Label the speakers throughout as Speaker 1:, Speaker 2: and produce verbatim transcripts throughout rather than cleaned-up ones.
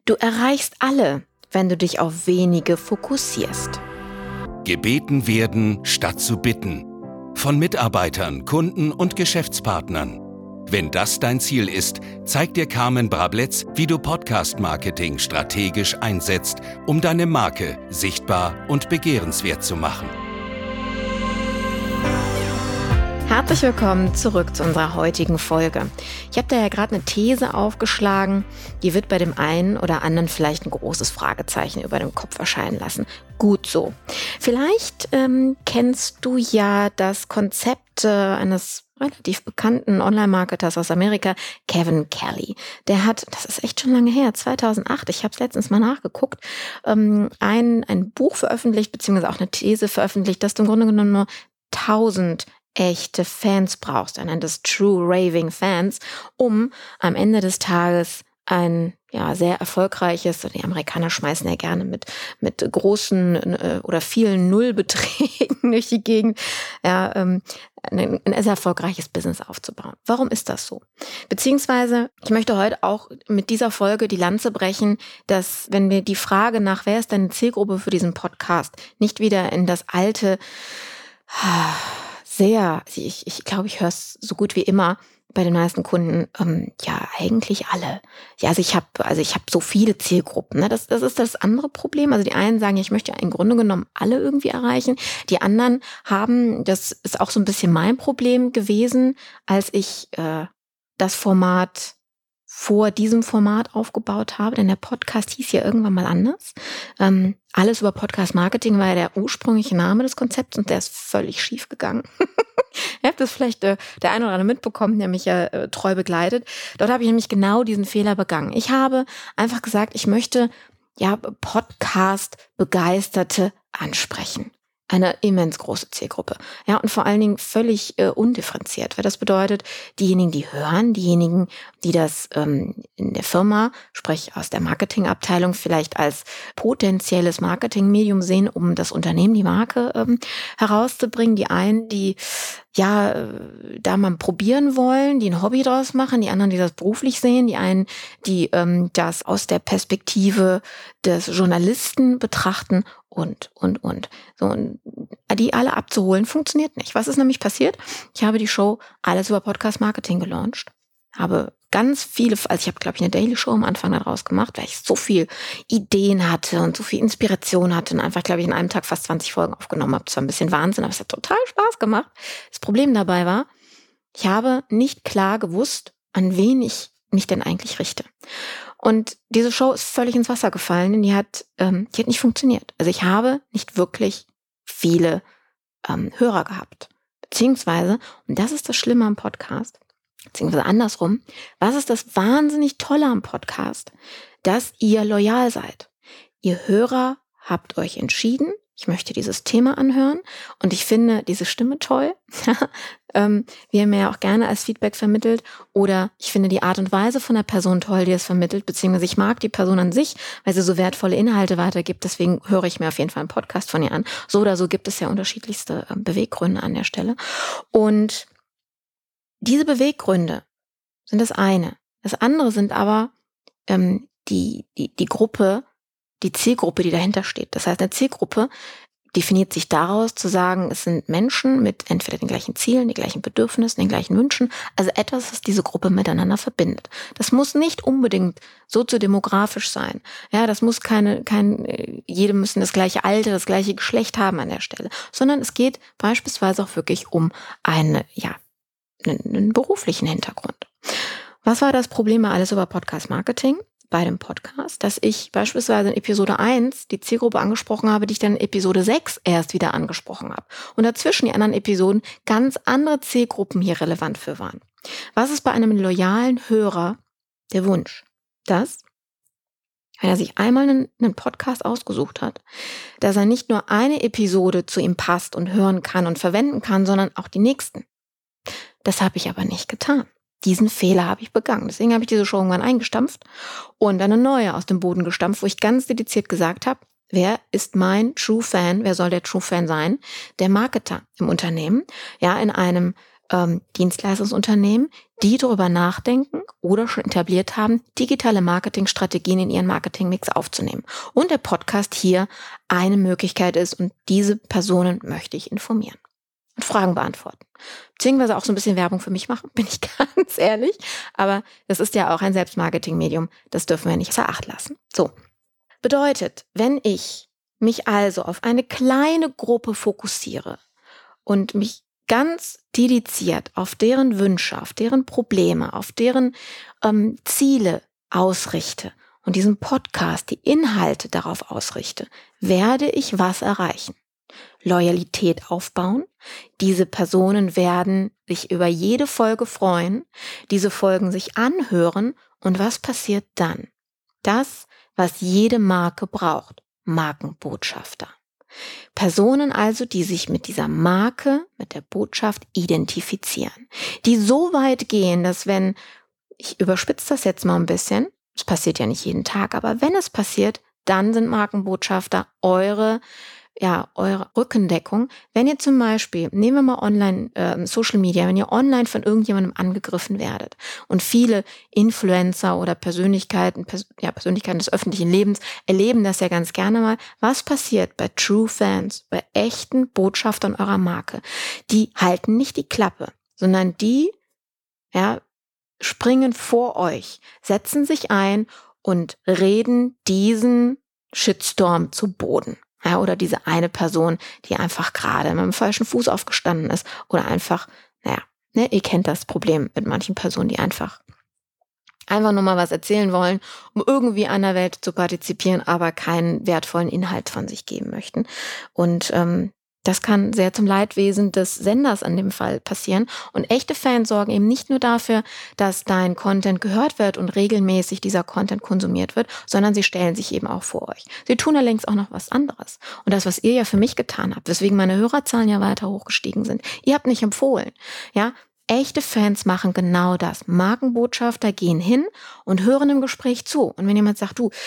Speaker 1: Du erreichst alle, wenn du dich auf wenige fokussierst.
Speaker 2: Gebeten werden statt zu bitten. Von Mitarbeitern, Kunden und Geschäftspartnern. Wenn das dein Ziel ist, zeigt dir Carmen Brabletz, wie du Podcast-Marketing strategisch einsetzt, um deine Marke sichtbar und begehrenswert zu machen.
Speaker 1: Herzlich willkommen zurück zu unserer heutigen Folge. Ich habe da ja gerade eine These aufgeschlagen, die wird bei dem einen oder anderen vielleicht ein großes Fragezeichen über dem Kopf erscheinen lassen. Gut so. Vielleicht ähm, kennst du ja das Konzept äh, eines relativ bekannten Online-Marketers aus Amerika, Kevin Kelly. Der hat, das ist echt schon lange her, zweitausendacht, ich habe es letztens mal nachgeguckt, ähm, ein, ein Buch veröffentlicht, beziehungsweise auch eine These veröffentlicht, dass du im Grunde genommen nur tausend echte Fans brauchst, er nennt es True Raving Fans, um am Ende des Tages ein ja sehr erfolgreiches, die Amerikaner schmeißen ja gerne mit mit großen äh, oder vielen Nullbeträgen durch die Gegend, ja, ähm, ein, ein sehr erfolgreiches Business aufzubauen. Warum ist das so? Beziehungsweise, ich möchte heute auch mit dieser Folge die Lanze brechen, dass wenn wir die Frage nach, wer ist deine Zielgruppe für diesen Podcast, nicht wieder in das alte sehr, ich, ich glaube, ich höre es so gut wie immer bei den meisten Kunden, ähm, ja, eigentlich alle. Ja, also ich habe also ich habe so viele Zielgruppen. Ne? Das, das ist das andere Problem. Also die einen sagen, ja, ich möchte ja im Grunde genommen alle irgendwie erreichen. Die anderen haben, das ist auch so ein bisschen mein Problem gewesen, als ich äh, das Format vor diesem Format aufgebaut habe, denn der Podcast hieß ja irgendwann mal anders. Ähm, alles über Podcast-Marketing war ja der ursprüngliche Name des Konzepts und der ist völlig schief gegangen. Ihr habt das vielleicht äh, der eine oder andere mitbekommen, der mich ja äh, treu begleitet. Dort habe ich nämlich genau diesen Fehler begangen. Ich habe einfach gesagt, ich möchte ja Podcast-Begeisterte ansprechen. Eine immens große Zielgruppe. Ja, und vor allen Dingen völlig äh, undifferenziert. Weil das bedeutet, diejenigen, die hören, diejenigen, die das ähm, in der Firma, sprich aus der Marketingabteilung, vielleicht als potenzielles Marketingmedium sehen, um das Unternehmen, die Marke ähm, herauszubringen. Die einen, die ja äh, da mal probieren wollen, die ein Hobby draus machen, die anderen, die das beruflich sehen, die einen, die ähm, das aus der Perspektive des Journalisten betrachten und, und, und. So, und die alle abzuholen, funktioniert nicht. Was ist nämlich passiert? Ich habe die Show Alles über Podcast Marketing gelauncht, habe ganz viele, also ich habe, glaube ich, eine Daily Show am Anfang daraus gemacht, weil ich so viel Ideen hatte und so viel Inspiration hatte und einfach, glaube ich, in einem Tag fast zwanzig Folgen aufgenommen habe. Das war ein bisschen Wahnsinn, aber es hat total Spaß gemacht. Das Problem dabei war, ich habe nicht klar gewusst, an wen ich mich denn eigentlich richte. Und diese Show ist völlig ins Wasser gefallen, denn die hat, ähm, die hat nicht funktioniert. Also ich habe nicht wirklich viele ähm, Hörer gehabt. Beziehungsweise, und das ist das Schlimme am Podcast, beziehungsweise andersrum, was ist das wahnsinnig Tolle am Podcast? Dass ihr loyal seid. Ihr Hörer habt euch entschieden, ich möchte dieses Thema anhören und ich finde diese Stimme toll, ähm, wie ihr mir ja auch gerne als Feedback vermittelt, oder ich finde die Art und Weise von der Person toll, die es vermittelt, beziehungsweise ich mag die Person an sich, weil sie so wertvolle Inhalte weitergibt, deswegen höre ich mir auf jeden Fall einen Podcast von ihr an. So oder so gibt es ja unterschiedlichste äh, Beweggründe an der Stelle. Und diese Beweggründe sind das eine. Das andere sind aber ähm, die, die, die Gruppe, die Zielgruppe, die dahinter steht. Das heißt, eine Zielgruppe definiert sich daraus zu sagen, es sind Menschen mit entweder den gleichen Zielen, den gleichen Bedürfnissen, den gleichen Wünschen, also etwas, was diese Gruppe miteinander verbindet. Das muss nicht unbedingt soziodemografisch sein. Ja, das muss keine, kein, jede müssen das gleiche Alter, das gleiche Geschlecht haben an der Stelle, sondern es geht beispielsweise auch wirklich um eine, ja, einen, einen beruflichen Hintergrund. Was war das Problem bei Alles über Podcast Marketing? Bei dem Podcast, dass ich beispielsweise in Episode eins die Zielgruppe angesprochen habe, die ich dann in Episode sechs erst wieder angesprochen habe. Und dazwischen die anderen Episoden ganz andere Zielgruppen hier relevant für waren. Was ist bei einem loyalen Hörer der Wunsch? Dass, wenn er sich einmal einen, einen Podcast ausgesucht hat, dass er nicht nur eine Episode zu ihm passt und hören kann und verwenden kann, sondern auch die nächsten. Das habe ich aber nicht getan. Diesen Fehler habe ich begangen. Deswegen habe ich diese Show irgendwann eingestampft und eine neue aus dem Boden gestampft, wo ich ganz dediziert gesagt habe, wer ist mein True Fan, wer soll der True Fan sein? Der Marketer im Unternehmen, ja, in einem ähm, Dienstleistungsunternehmen, die darüber nachdenken oder schon etabliert haben, digitale Marketingstrategien in ihren Marketingmix aufzunehmen. Und der Podcast hier eine Möglichkeit ist und diese Personen möchte ich informieren und Fragen beantworten. Beziehungsweise auch so ein bisschen Werbung für mich machen, bin ich ganz ehrlich. Aber das ist ja auch ein Selbstmarketing-Medium, das dürfen wir nicht außer Acht lassen. So, bedeutet, wenn ich mich also auf eine kleine Gruppe fokussiere und mich ganz dediziert auf deren Wünsche, auf deren Probleme, auf deren ähm, Ziele ausrichte und diesen Podcast, die Inhalte darauf ausrichte, werde ich was erreichen? Loyalität aufbauen. Diese Personen werden sich über jede Folge freuen, diese Folgen sich anhören und was passiert dann? Das, was jede Marke braucht, Markenbotschafter. Personen also, die sich mit dieser Marke, mit der Botschaft identifizieren, die so weit gehen, dass wenn, ich überspitze das jetzt mal ein bisschen, es passiert ja nicht jeden Tag, aber wenn es passiert, dann sind Markenbotschafter eure ja, eure Rückendeckung. Wenn ihr zum Beispiel, nehmen wir mal online, äh, Social Media, wenn ihr online von irgendjemandem angegriffen werdet und viele Influencer oder Persönlichkeiten, Pers- ja, Persönlichkeiten des öffentlichen Lebens erleben das ja ganz gerne mal. Was passiert bei True Fans, bei echten Botschaftern eurer Marke? Die halten nicht die Klappe, sondern die, ja, springen vor euch, setzen sich ein und reden diesen Shitstorm zu Boden. Ja, oder diese eine Person, die einfach gerade mit dem falschen Fuß aufgestanden ist oder einfach, naja, ne, ihr kennt das Problem mit manchen Personen, die einfach einfach nur mal was erzählen wollen, um irgendwie an der Welt zu partizipieren, aber keinen wertvollen Inhalt von sich geben möchten. Und ähm, das kann sehr zum Leidwesen des Senders in dem Fall passieren. Und echte Fans sorgen eben nicht nur dafür, dass dein Content gehört wird und regelmäßig dieser Content konsumiert wird, sondern sie stellen sich eben auch vor euch. Sie tun allerdings auch noch was anderes. Und das, was ihr ja für mich getan habt, weswegen meine Hörerzahlen ja weiter hochgestiegen sind, ihr habt nicht empfohlen. Ja, echte Fans machen genau das. Markenbotschafter gehen hin und hören im Gespräch zu. Und wenn jemand sagt, du,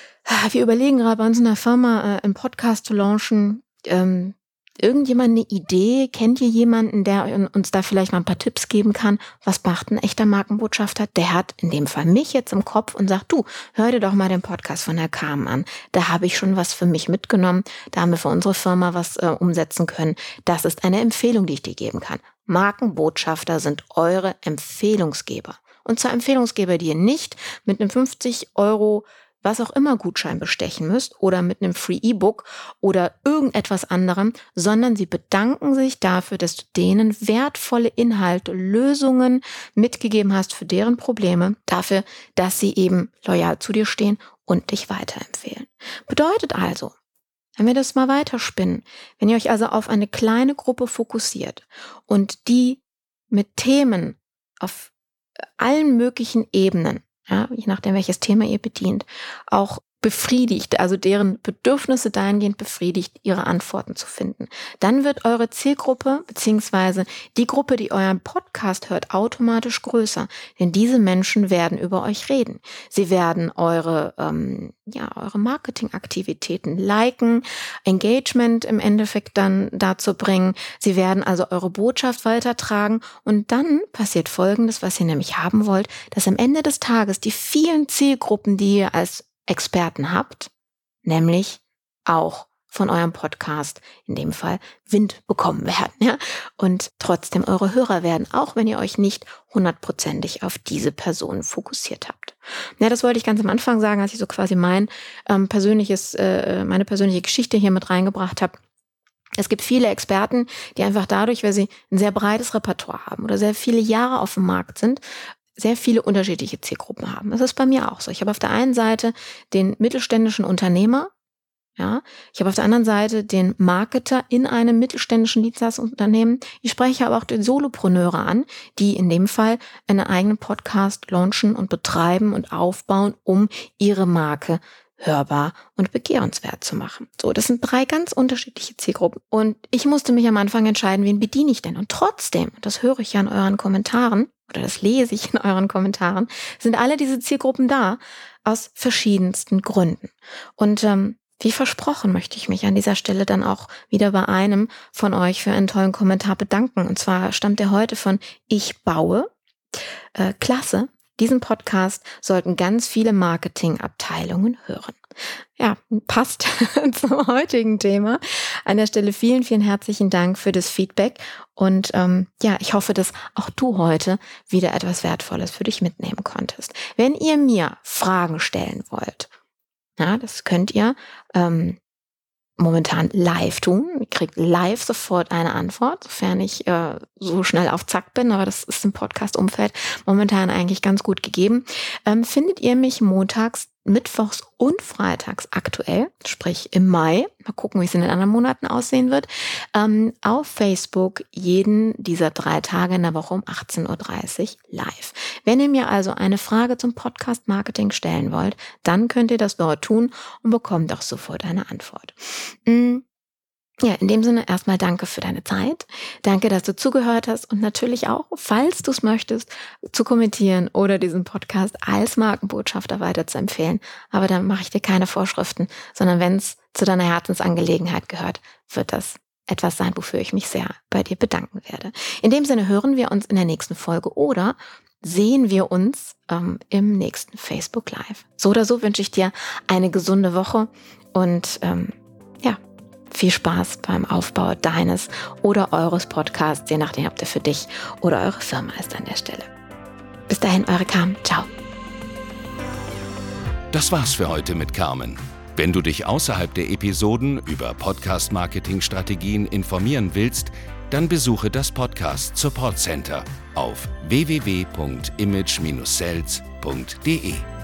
Speaker 1: wir überlegen gerade bei uns in der Firma äh, einen Podcast zu launchen, ähm, irgendjemand eine Idee? Kennt ihr jemanden, der uns da vielleicht mal ein paar Tipps geben kann? Was macht ein echter Markenbotschafter? Der hat in dem Fall mich jetzt im Kopf und sagt, du, hör dir doch mal den Podcast von Herr Kamen an. Da habe ich schon was für mich mitgenommen. Da haben wir für unsere Firma was äh, umsetzen können. Das ist eine Empfehlung, die ich dir geben kann. Markenbotschafter sind eure Empfehlungsgeber. Und zwar Empfehlungsgeber, die ihr nicht mit einem fünfzig Euro was auch immer Gutschein bestechen müsst oder mit einem Free E-Book oder irgendetwas anderem, sondern sie bedanken sich dafür, dass du denen wertvolle Inhalte, Lösungen mitgegeben hast für deren Probleme, dafür, dass sie eben loyal zu dir stehen und dich weiterempfehlen. Bedeutet also, wenn wir das mal weiterspinnen, wenn ihr euch also auf eine kleine Gruppe fokussiert und die mit Themen auf allen möglichen Ebenen, ja, je nachdem, welches Thema ihr bedient, auch befriedigt, also deren Bedürfnisse dahingehend befriedigt, ihre Antworten zu finden. Dann wird eure Zielgruppe beziehungsweise die Gruppe, die euren Podcast hört, automatisch größer. Denn diese Menschen werden über euch reden. Sie werden eure, ähm, ja, eure Marketingaktivitäten liken, Engagement im Endeffekt dann dazu bringen. Sie werden also eure Botschaft weitertragen und dann passiert Folgendes, was ihr nämlich haben wollt, dass am Ende des Tages die vielen Zielgruppen, die ihr als Experten habt, nämlich auch von eurem Podcast, in dem Fall Wind bekommen werden, ja, und trotzdem eure Hörer werden, auch wenn ihr euch nicht hundertprozentig auf diese Person fokussiert habt. Ja, das wollte ich ganz am Anfang sagen, als ich so quasi mein ähm, persönliches, äh, meine persönliche Geschichte hier mit reingebracht habe. Es gibt viele Experten, die einfach dadurch, weil sie ein sehr breites Repertoire haben oder sehr viele Jahre auf dem Markt sind, sehr viele unterschiedliche Zielgruppen haben. Das ist bei mir auch so. Ich habe auf der einen Seite den mittelständischen Unternehmer, ja, ich habe auf der anderen Seite den Marketer in einem mittelständischen Dienstleistungsunternehmen. Ich spreche aber auch die Solopreneure an, die in dem Fall einen eigenen Podcast launchen und betreiben und aufbauen, um ihre Marke hörbar und begehrenswert zu machen. So, das sind drei ganz unterschiedliche Zielgruppen. Und ich musste mich am Anfang entscheiden, wen bediene ich denn? Und trotzdem, das höre ich ja in euren Kommentaren, oder das lese ich in euren Kommentaren, sind alle diese Zielgruppen da, aus verschiedensten Gründen. Und ähm, Wie versprochen möchte ich mich an dieser Stelle dann auch wieder bei einem von euch für einen tollen Kommentar bedanken. Und zwar stammt der heute von Ich baue. Äh, klasse. Diesen Podcast sollten ganz viele Marketingabteilungen hören. Ja, passt zum heutigen Thema. An der Stelle vielen, vielen herzlichen Dank für das Feedback. Und ähm, ja, ich hoffe, dass auch du heute wieder etwas Wertvolles für dich mitnehmen konntest. Wenn ihr mir Fragen stellen wollt, ja, das könnt ihr ähm, momentan live tun. Ihr kriegt live sofort eine Antwort, sofern ich äh, so schnell auf Zack bin, aber das ist im Podcast-Umfeld momentan eigentlich ganz gut gegeben. Ähm, findet ihr mich montags, mittwochs und freitags aktuell, sprich im Mai, mal gucken, wie es in den anderen Monaten aussehen wird, ähm, auf Facebook jeden dieser drei Tage in der Woche um achtzehn Uhr dreißig live. Wenn ihr mir also eine Frage zum Podcast-Marketing stellen wollt, dann könnt ihr das dort tun und bekommt auch sofort eine Antwort. Mhm. Ja, in dem Sinne erstmal danke für deine Zeit. Danke, dass du zugehört hast und natürlich auch, falls du es möchtest, zu kommentieren oder diesen Podcast als Markenbotschafter weiter zu empfehlen. Aber dann mache ich dir keine Vorschriften, sondern wenn es zu deiner Herzensangelegenheit gehört, wird das etwas sein, wofür ich mich sehr bei dir bedanken werde. In dem Sinne hören wir uns in der nächsten Folge oder sehen wir uns ähm, im nächsten Facebook Live. So oder so wünsche ich dir eine gesunde Woche und ähm, ja, viel Spaß beim Aufbau deines oder eures Podcasts, je nachdem, ob der für dich oder eure Firma ist an der Stelle. Bis dahin, eure Carmen. Ciao.
Speaker 2: Das war's für heute mit Carmen. Wenn du dich außerhalb der Episoden über Podcast-Marketing-Strategien informieren willst, dann besuche das Podcast Support Center auf w w w punkt image Bindestrich sales punkt d e.